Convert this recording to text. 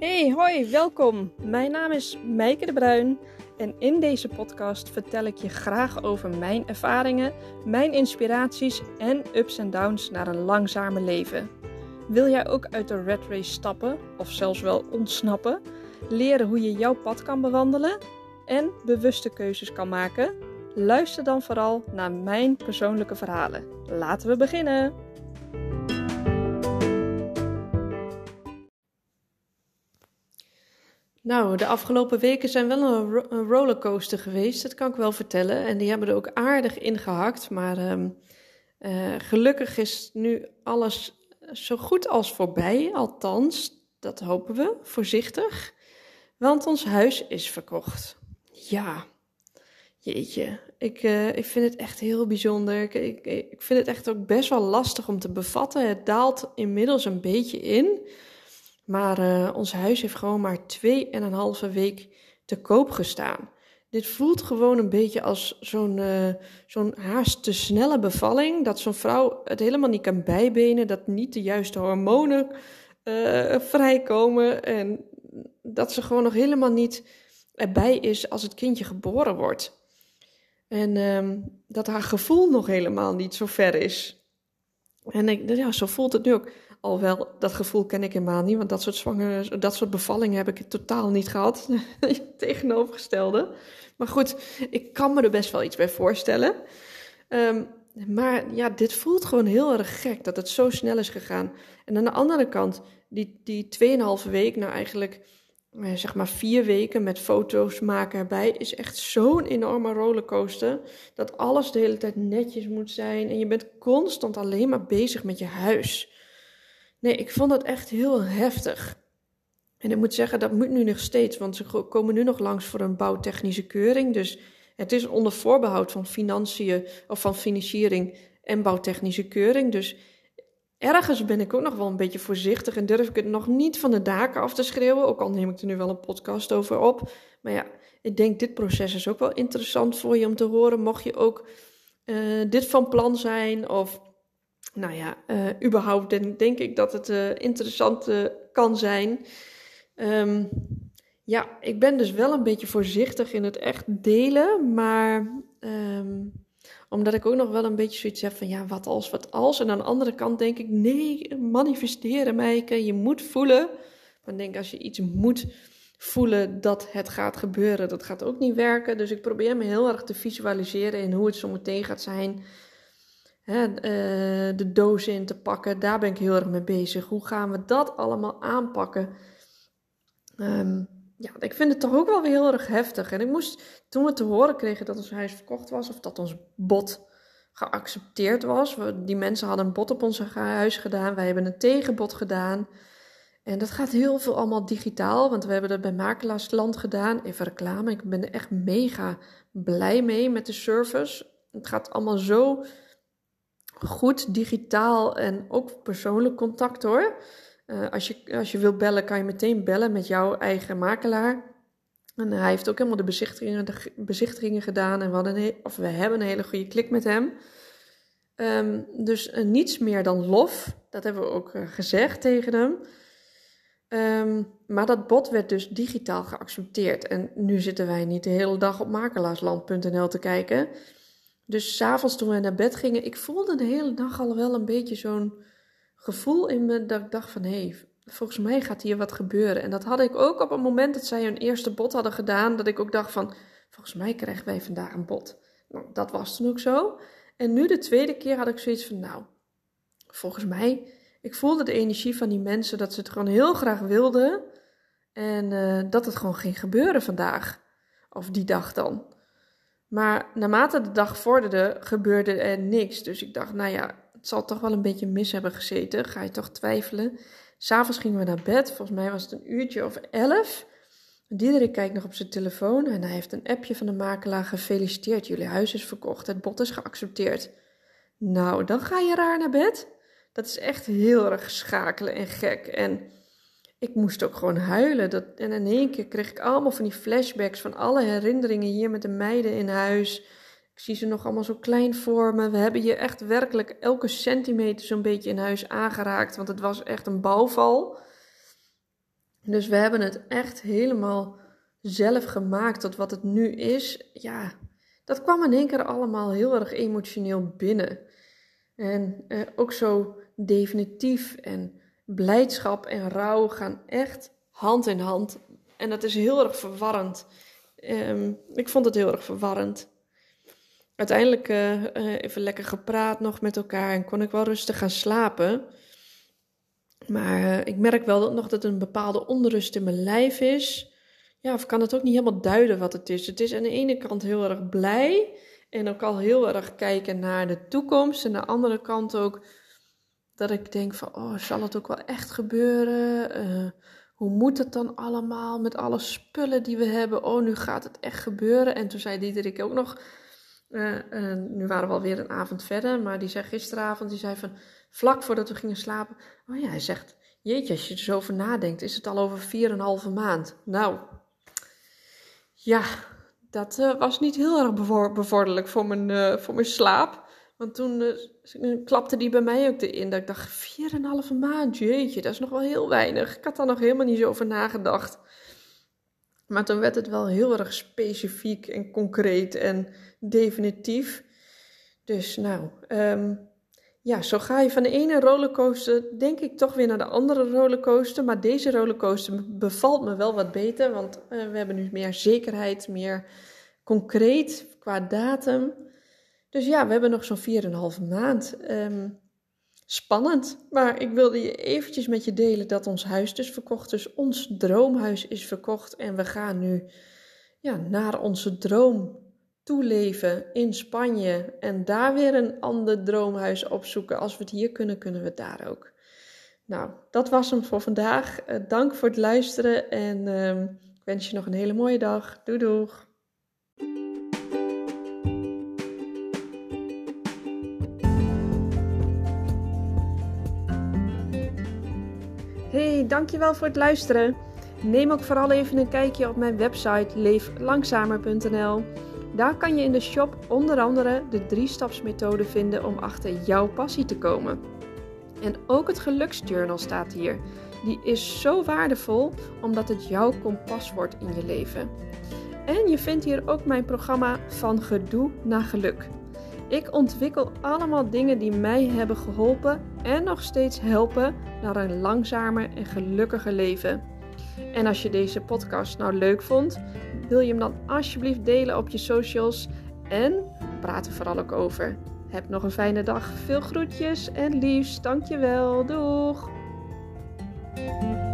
Hey, hoi, welkom. Mijn naam is Meike de Bruin en in deze podcast vertel ik je graag over mijn ervaringen, mijn inspiraties en ups en downs naar een langzamer leven. Wil jij ook uit de rat race stappen of zelfs wel ontsnappen, leren hoe je jouw pad kan bewandelen en bewuste keuzes kan maken? Luister dan vooral naar mijn persoonlijke verhalen. Laten we beginnen! Nou, de afgelopen weken zijn wel een rollercoaster geweest, dat kan ik wel vertellen. En die hebben er ook aardig ingehakt, maar gelukkig is nu alles zo goed als voorbij. Althans, dat hopen we, voorzichtig. Want ons huis is verkocht. Ja, jeetje, ik vind het echt heel bijzonder. Ik vind het echt ook best wel lastig om te bevatten. Het daalt inmiddels een beetje in. Maar ons huis heeft gewoon maar 2,5 week te koop gestaan. Dit voelt gewoon een beetje als zo'n haast te snelle bevalling. Dat zo'n vrouw het helemaal niet kan bijbenen. Dat niet de juiste hormonen vrijkomen. En dat ze gewoon nog helemaal niet erbij is als het kindje geboren wordt. En dat haar gevoel nog helemaal niet zo ver is. En zo voelt het nu ook. Alhoewel, dat gevoel ken ik helemaal niet, want dat soort bevallingen heb ik totaal niet gehad. Tegenovergestelde. Maar goed, ik kan me er best wel iets bij voorstellen. Maar ja, dit voelt gewoon heel erg gek dat het zo snel is gegaan. En aan de andere kant, die 2,5 week, nou eigenlijk zeg maar 4 weken met foto's maken erbij, is echt zo'n enorme rollercoaster. Dat alles de hele tijd netjes moet zijn en je bent constant alleen maar bezig met je huis. Nee, ik vond het echt heel heftig. En ik moet zeggen, dat moet nu nog steeds, want ze komen nu nog langs voor een bouwtechnische keuring. Dus het is onder voorbehoud van financiën of van financiering en bouwtechnische keuring. Dus ergens ben ik ook nog wel een beetje voorzichtig en durf ik het nog niet van de daken af te schreeuwen. Ook al neem ik er nu wel een podcast over op. Maar ja, ik denk dit proces is ook wel interessant voor je om te horen. Mocht je ook dit van plan zijn of nou ja, überhaupt denk ik dat het interessant kan zijn. Ja, ik ben dus wel een beetje voorzichtig in het echt delen, maar omdat ik ook nog wel een beetje zoiets heb van ja, wat als? En aan de andere kant denk ik, nee, manifesteren, Meike, je moet voelen. Maar ik denk, als je iets moet voelen dat het gaat gebeuren, dat gaat ook niet werken. Dus ik probeer me heel erg te visualiseren in hoe het zo meteen gaat zijn. De doos in te pakken, daar ben ik heel erg mee bezig. Hoe gaan we dat allemaal aanpakken? Ja, ik vind het toch ook wel weer heel erg heftig. En ik moest, toen we te horen kregen dat ons huis verkocht was, of dat ons bod geaccepteerd was. Die mensen hadden een bod op ons huis gedaan, wij hebben een tegenbod gedaan. En dat gaat heel veel allemaal digitaal, want we hebben dat bij Makelaarsland gedaan. Even reclame, ik ben er echt mega blij mee met de service. Het gaat allemaal zo goed digitaal en ook persoonlijk contact hoor. Als je wilt bellen, kan je meteen bellen met jouw eigen makelaar. En hij heeft ook helemaal de bezichtigingen gedaan. En we hebben een hele goede klik met hem. Dus niets meer dan lof. Dat hebben we ook gezegd tegen hem. Maar dat bod werd dus digitaal geaccepteerd. En nu zitten wij niet de hele dag op makelaarsland.nl te kijken. Dus 's avonds toen we naar bed gingen, ik voelde de hele dag al wel een beetje zo'n gevoel in me dat ik dacht van hé, volgens mij gaat hier wat gebeuren. En dat had ik ook op het moment dat zij hun eerste bod hadden gedaan, dat ik ook dacht van volgens mij krijgen wij vandaag een bod. Nou, dat was toen ook zo. En nu de tweede keer had ik zoiets van nou, volgens mij, ik voelde de energie van die mensen dat ze het gewoon heel graag wilden en dat het gewoon ging gebeuren vandaag. Of die dag dan. Maar naarmate de dag vorderde, gebeurde er niks. Dus ik dacht, nou ja, het zal toch wel een beetje mis hebben gezeten. Ga je toch twijfelen. 'S Avonds gingen we naar bed. Volgens mij was het 11:00. Diederik kijkt nog op zijn telefoon en hij heeft een appje van de makelaar. Gefeliciteerd, jullie huis is verkocht. Het bod is geaccepteerd. Nou, dan ga je raar naar bed. Dat is echt heel erg schakelen en gek. En ik moest ook gewoon huilen. En in één keer kreeg ik allemaal van die flashbacks van alle herinneringen hier met de meiden in huis. Ik zie ze nog allemaal zo klein voor me. We hebben hier echt werkelijk elke centimeter zo'n beetje in huis aangeraakt. Want het was echt een bouwval. Dus we hebben het echt helemaal zelf gemaakt tot wat het nu is. Ja, dat kwam in één keer allemaal heel erg emotioneel binnen. En ook zo definitief en blijdschap en rouw gaan echt hand in hand. En dat is heel erg verwarrend. Ik vond het heel erg verwarrend. Uiteindelijk even lekker gepraat nog met elkaar en kon ik wel rustig gaan slapen. Maar ik merk wel nog dat er een bepaalde onrust in mijn lijf is. Ja, of kan het ook niet helemaal duiden wat het is. Het is aan de ene kant heel erg blij en ook al heel erg kijken naar de toekomst. En aan de andere kant ook dat ik denk van, oh, zal het ook wel echt gebeuren? Hoe moet het dan allemaal met alle spullen die we hebben? Oh, nu gaat het echt gebeuren. En toen zei Diederik ook nog, nu waren we alweer een avond verder, maar die zei gisteravond, die zei van, vlak voordat we gingen slapen, oh ja, hij zegt, jeetje, als je er zo over nadenkt, is het al over 4,5 maand. Nou, ja, dat was niet heel erg bevorderlijk voor mijn slaap. Want toen klapte die bij mij ook erin. Dat ik dacht, 4,5 maand, jeetje, dat is nog wel heel weinig. Ik had daar nog helemaal niet zo over nagedacht. Maar toen werd het wel heel erg specifiek en concreet en definitief. Dus nou, ja, zo ga je van de ene rollercoaster, denk ik, toch weer naar de andere rollercoaster. Maar deze rollercoaster bevalt me wel wat beter, want we hebben nu meer zekerheid, meer concreet qua datum. Dus ja, we hebben nog zo'n 4,5 maand. Spannend, maar ik wilde je eventjes met je delen dat ons huis dus verkocht is. Ons droomhuis is verkocht en we gaan nu naar onze droom toeleven in Spanje. En daar weer een ander droomhuis opzoeken. Als we het hier kunnen, kunnen we het daar ook. Nou, dat was hem voor vandaag. Dank voor het luisteren en ik wens je nog een hele mooie dag. Doei doeg! Hey, dankjewel voor het luisteren. Neem ook vooral even een kijkje op mijn website leeflangzamer.nl. Daar kan je in de shop onder andere de 3-stapsmethode vinden om achter jouw passie te komen. En ook het geluksjournal staat hier. Die is zo waardevol omdat het jouw kompas wordt in je leven. En je vindt hier ook mijn programma Van Gedoe naar Geluk. Ik ontwikkel allemaal dingen die mij hebben geholpen en nog steeds helpen naar een langzamer en gelukkiger leven. En als je deze podcast nou leuk vond, wil je hem dan alsjeblieft delen op je socials en praat er vooral ook over. Heb nog een fijne dag, veel groetjes en liefs, dankjewel, doeg!